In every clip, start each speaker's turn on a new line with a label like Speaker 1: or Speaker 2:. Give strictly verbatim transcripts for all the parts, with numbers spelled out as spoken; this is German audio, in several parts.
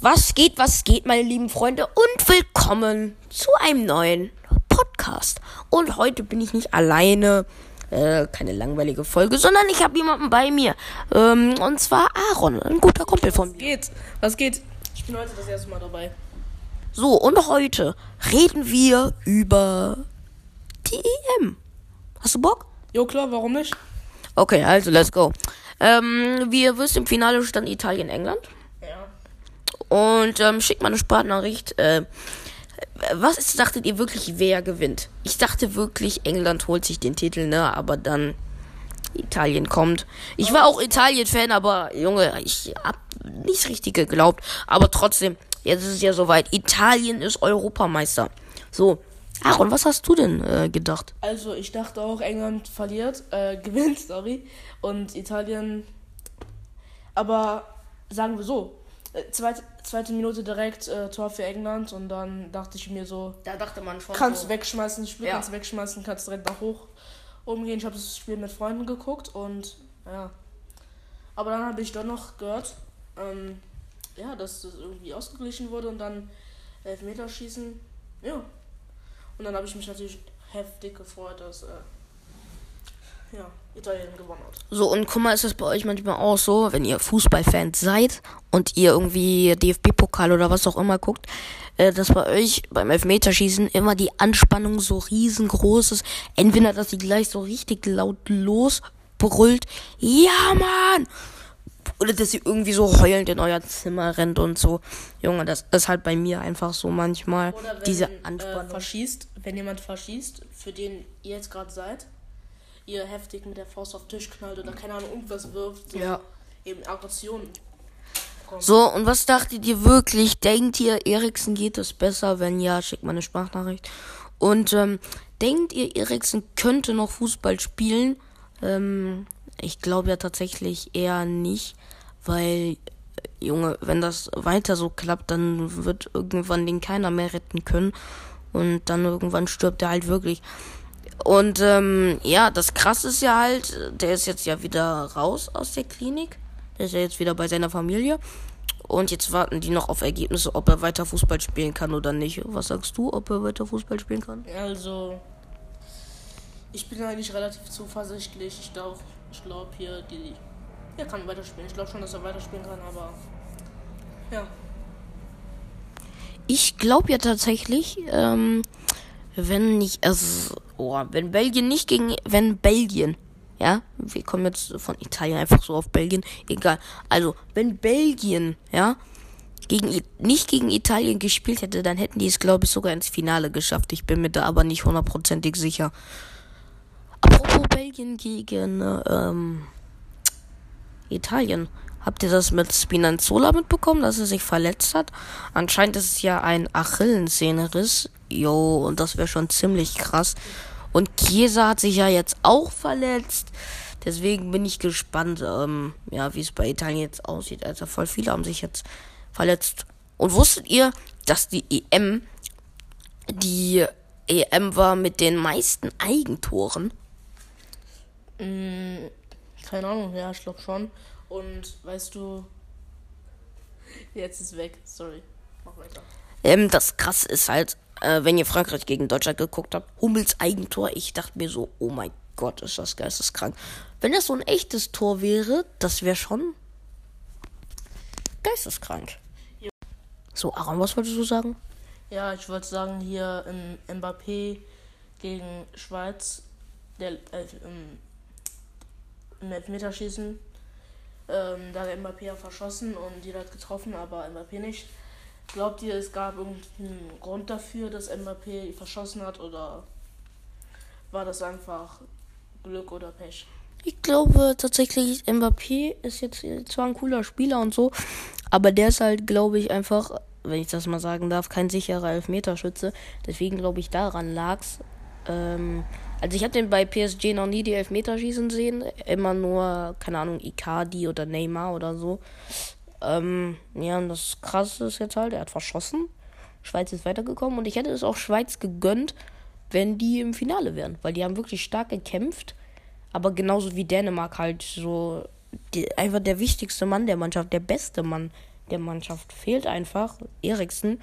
Speaker 1: Was geht, was geht, meine lieben Freunde, und willkommen zu einem neuen Podcast. Und heute bin ich nicht alleine, äh, keine langweilige Folge, sondern ich habe jemanden bei mir. Ähm, und zwar Aaron, ein guter Kumpel von mir.
Speaker 2: Was geht? Was geht? Ich bin heute das erste Mal dabei.
Speaker 1: So, und heute reden wir über die E M. Hast du Bock?
Speaker 2: Jo, klar, warum nicht?
Speaker 1: Okay, also let's go. Ähm, wie ihr wisst, im Finale stand Italien-England.
Speaker 2: Ja.
Speaker 1: Und ähm, schickt mal eine Sprachnachricht. Äh, was ist, dachtet ihr wirklich, wer gewinnt? Ich dachte wirklich, England holt sich den Titel, ne? Aber dann Italien kommt. Ich war auch Italien-Fan, aber Junge, ich hab nicht richtig geglaubt. Aber trotzdem, jetzt ist es ja soweit. Italien ist Europameister. So, Aaron, was hast du denn äh, gedacht?
Speaker 2: Also, ich dachte auch, England verliert, äh, gewinnt, sorry. Und Italien. Aber sagen wir so. Äh, zweite, zweite Minute direkt äh, Tor für England und dann dachte ich mir so,
Speaker 1: Da dachte man schon.
Speaker 2: kannst
Speaker 1: so.
Speaker 2: du wegschmeißen, das Spiel
Speaker 1: Ja.
Speaker 2: kannst du wegschmeißen, kannst direkt nach hoch umgehen. Ich habe das Spiel mit Freunden geguckt und ja. Aber dann habe ich doch noch gehört, ähm, ja, dass das irgendwie ausgeglichen wurde und dann Elfmeterschießen, ja. Und dann habe ich mich natürlich heftig gefreut, dass äh, ja, Italien gewonnen hat.
Speaker 1: So, und guck mal, ist es bei euch manchmal auch so, wenn ihr Fußballfans seid und ihr irgendwie D F B-Pokal oder was auch immer guckt, äh, dass bei euch beim Elfmeterschießen immer die Anspannung so riesengroß ist. Entweder, dass sie gleich so richtig laut losbrüllt, ja, Mann! Oder dass sie irgendwie so heulend in euer Zimmer rennt und so. Junge, das ist halt bei mir einfach so manchmal,
Speaker 2: Oder wenn
Speaker 1: diese
Speaker 2: äh,
Speaker 1: Anspannung.
Speaker 2: verschießt, wenn jemand verschießt, für den ihr jetzt gerade seid, ihr heftig mit der Faust auf den Tisch knallt oder keine Ahnung, irgendwas wirft, so
Speaker 1: Ja.
Speaker 2: eben Aggression kommt.
Speaker 1: So, und was dachtet ihr wirklich? Denkt ihr, Eriksen geht es besser? Wenn ja, schickt mal eine Sprachnachricht. Und ähm, denkt ihr, Eriksen könnte noch Fußball spielen? Ähm, ich glaube ja tatsächlich eher nicht, weil, äh, Junge, wenn das weiter so klappt, dann wird irgendwann den keiner mehr retten können. Und dann irgendwann stirbt er halt wirklich. Und ähm, ja, das Krasse ist ja halt, der ist jetzt ja wieder raus aus der Klinik. Der ist ja jetzt wieder bei seiner Familie. Und jetzt warten die noch auf Ergebnisse, ob er weiter Fußball spielen kann oder nicht. Was sagst du, ob er weiter Fußball spielen kann?
Speaker 2: Also, ich bin eigentlich relativ zuversichtlich. Ich glaube, ich glaube hier, die, er kann weiterspielen. Ich glaube schon, dass er weiterspielen kann, aber ja.
Speaker 1: Ich glaube ja tatsächlich, ähm, wenn nicht, also, oh, wenn Belgien nicht gegen, wenn Belgien, ja, wir kommen jetzt von Italien einfach so auf Belgien, egal, also, wenn Belgien, ja, gegen, I- nicht gegen Italien gespielt hätte, dann hätten die es, glaube ich, sogar ins Finale geschafft. Ich bin mir da aber nicht hundertprozentig sicher. Apropos Belgien gegen, ähm, Italien. Habt ihr das mit Spinazzola mitbekommen, dass er sich verletzt hat? Anscheinend ist es ja ein Achillessehnenriss. Jo, und das wäre schon ziemlich krass. Und Chiesa hat sich ja jetzt auch verletzt. Deswegen bin ich gespannt, ähm, ja, wie es bei Italien jetzt aussieht. Also voll viele haben sich jetzt verletzt. Und wusstet ihr, dass die E M die E M war mit den meisten Eigentoren?
Speaker 2: Mm, keine Ahnung, ja, ich glaube schon. Und weißt du, jetzt ist weg, sorry. Mach weiter.
Speaker 1: Ähm, das Krasse ist halt, äh, wenn ihr Frankreich gegen Deutschland geguckt habt, Hummels Eigentor, ich dachte mir so, oh mein Gott, ist das geisteskrank. Wenn das so ein echtes Tor wäre, das wäre schon geisteskrank.
Speaker 2: Ja.
Speaker 1: So, Aaron, was wolltest du sagen?
Speaker 2: Ja, ich wollte sagen, hier im Mbappé gegen Schweiz, der äh, im, im Elfmeterschießen, ähm, da hat Mbappé ja verschossen und jeder hat getroffen, aber Mbappé nicht. Glaubt ihr, es gab irgendeinen Grund dafür, dass Mbappé verschossen hat, oder war das einfach Glück oder Pech?
Speaker 1: Ich glaube tatsächlich, Mbappé ist jetzt zwar ein cooler Spieler und so, aber der ist halt, glaube ich, einfach, wenn ich das mal sagen darf, kein sicherer Elfmeterschütze. Deswegen glaube ich, daran lag's. Ähm, also ich habe den bei P S G noch nie die Elfmeter schießen sehen. Immer nur, keine Ahnung, Icardi oder Neymar oder so. Ähm, ja, und das Krasse ist jetzt halt, er hat verschossen. Schweiz ist weitergekommen und ich hätte es auch Schweiz gegönnt, wenn die im Finale wären. Weil die haben wirklich stark gekämpft. Aber genauso wie Dänemark halt so die, einfach der wichtigste Mann der Mannschaft, der beste Mann der Mannschaft fehlt einfach. Eriksen.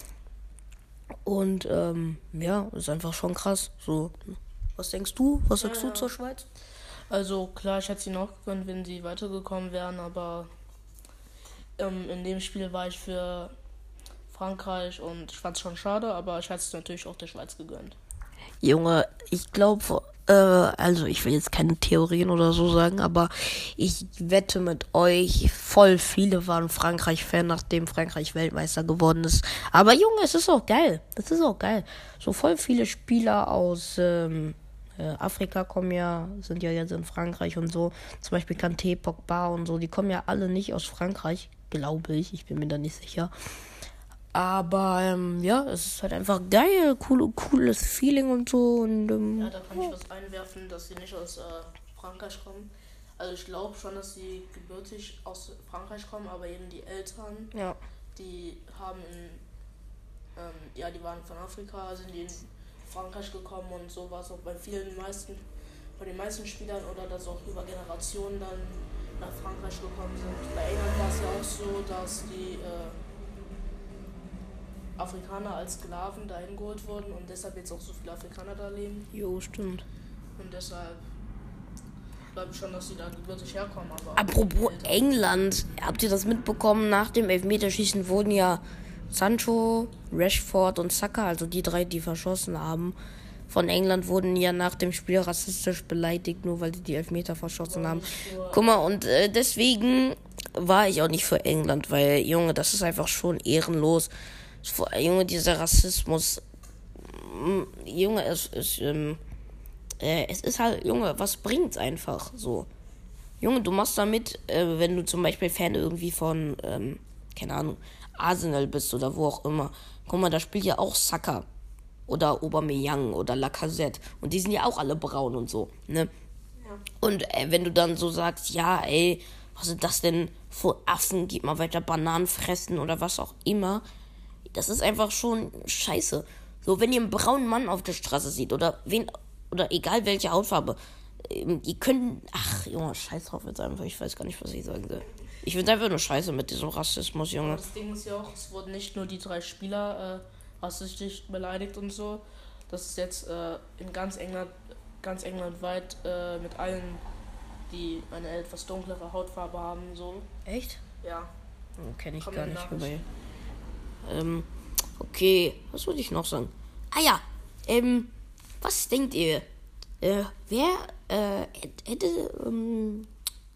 Speaker 1: Und ähm, ja, ist einfach schon krass. So, was denkst du? Was sagst ja, du ja. zur Schweiz?
Speaker 2: Also klar, ich hätte sie noch gegönnt, wenn sie weitergekommen wären, aber ähm, in dem Spiel war ich für Frankreich und ich fand es schon schade, aber ich hätte es natürlich auch der Schweiz gegönnt.
Speaker 1: Junge, ich glaube, äh, also ich will jetzt keine Theorien oder so sagen, aber ich wette mit euch, voll viele waren Frankreich-Fan, nachdem Frankreich Weltmeister geworden ist. Aber Junge, es ist auch geil. Das ist auch geil. So voll viele Spieler aus ähm, äh, Afrika kommen ja, sind ja jetzt in Frankreich und so. Zum Beispiel Kanté, Pogba und so, die kommen ja alle nicht aus Frankreich, glaube ich. Ich bin mir da nicht sicher. Aber ähm, ja, es ist halt einfach geil, cool, cooles Feeling und so. Und, ähm,
Speaker 2: ja, da kann ich was einwerfen, dass sie nicht aus äh, Frankreich kommen. Also ich glaube schon, dass sie gebürtig aus Frankreich kommen, aber eben die Eltern,
Speaker 1: ja.
Speaker 2: die haben in, ähm, ja, die waren von Afrika, sind die in Frankreich gekommen und so war es auch bei vielen meisten, bei den meisten Spielern oder dass auch über Generationen dann nach Frankreich gekommen sind. Bei England war es ja auch so, dass die äh, Afrikaner als Sklaven dahin geholt wurden und deshalb jetzt auch so viele Afrikaner da leben.
Speaker 1: Jo, stimmt.
Speaker 2: Und deshalb glaube ich schon, dass sie da gebürtig herkommen. Aber
Speaker 1: apropos England, habt ihr das mitbekommen? Nach dem Elfmeterschießen wurden ja Sancho, Rashford und Saka, also die drei, die verschossen haben, von England wurden ja nach dem Spiel rassistisch beleidigt, nur weil die die Elfmeter verschossen haben. Guck mal, und äh, deswegen war ich auch nicht für England, weil, Junge, das ist einfach schon ehrenlos. Junge, dieser Rassismus, Junge, es ist, ähm, äh, es ist halt, Junge, was bringt's einfach so? Junge, du machst damit, äh, wenn du zum Beispiel Fan irgendwie von, ähm, keine Ahnung, Arsenal bist oder wo auch immer. Guck mal, da spielt ja auch Saka oder Aubameyang oder Lacazette und die sind ja auch alle braun und so, ne? Ja. Und äh, wenn du dann so sagst, ja, ey, was sind das denn für Affen, geht mal weiter Bananen fressen oder was auch immer. Das ist einfach schon scheiße. So, wenn ihr einen braunen Mann auf der Straße seht oder wen, oder egal welche Hautfarbe, ihr könnt, ach, Junge, scheiß drauf jetzt einfach, ich weiß gar nicht, was ich sagen soll. Ich finde einfach nur scheiße mit diesem Rassismus, Junge.
Speaker 2: Das Ding ist ja auch, es wurden nicht nur die drei Spieler äh, rassistisch beleidigt und so. Das ist jetzt äh, in ganz England, ganz England weit äh, mit allen, die eine etwas dunklere Hautfarbe haben, so.
Speaker 1: Echt?
Speaker 2: Ja.
Speaker 1: Oh, kenne ich gar nicht vorbei. Ähm, okay, was wollte ich noch sagen? Ah ja, ähm, was denkt ihr? Äh, wer, äh, hätte, ähm,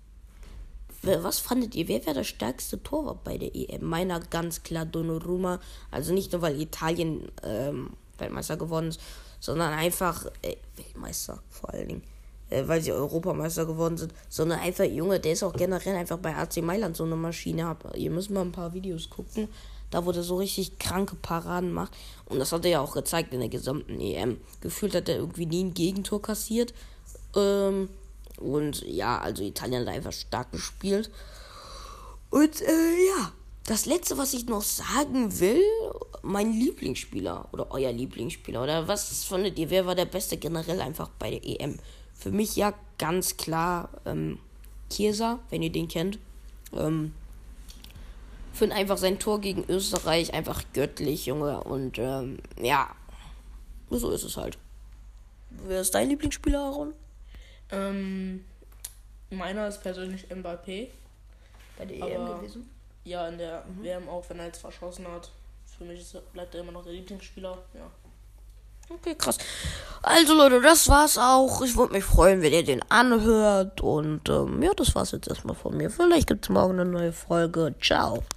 Speaker 1: was fandet ihr, wer wäre der stärkste Torwart bei der E M? Meiner ganz klar Donnarumma, also nicht nur, weil Italien, ähm, Weltmeister geworden ist, sondern einfach, äh, Weltmeister vor allen Dingen, äh, weil sie Europameister geworden sind, sondern einfach, Junge, der ist auch generell einfach bei A C Mailand so eine Maschine, ihr müsst mal ein paar Videos gucken. Da wurde so richtig kranke Paraden gemacht. Und das hat er ja auch gezeigt in der gesamten E M. Gefühlt hat er irgendwie nie ein Gegentor kassiert. Ähm, und ja, also Italien hat einfach stark gespielt. Und äh, ja, das letzte, was ich noch sagen will, mein Lieblingsspieler oder euer Lieblingsspieler oder was fandet ihr, wer war der Beste generell einfach bei der E M? Für mich ja ganz klar ähm, Chiesa, wenn ihr den kennt. Ähm, finde einfach sein Tor gegen Österreich einfach göttlich, Junge. Und ähm, ja, so ist es halt. Wer ist dein Lieblingsspieler, Aaron?
Speaker 2: Ähm, meiner ist persönlich Mbappé.
Speaker 1: Bei der E M gewesen?
Speaker 2: Ja, in der mhm. W M auch, wenn er jetzt verschossen hat. Für mich ist, bleibt er immer noch der Lieblingsspieler, ja.
Speaker 1: Okay, krass. Also Leute, das war's auch. Ich würde mich freuen, wenn ihr den anhört. Und ähm, ja, das war's jetzt erstmal von mir. Vielleicht gibt's morgen eine neue Folge. Ciao.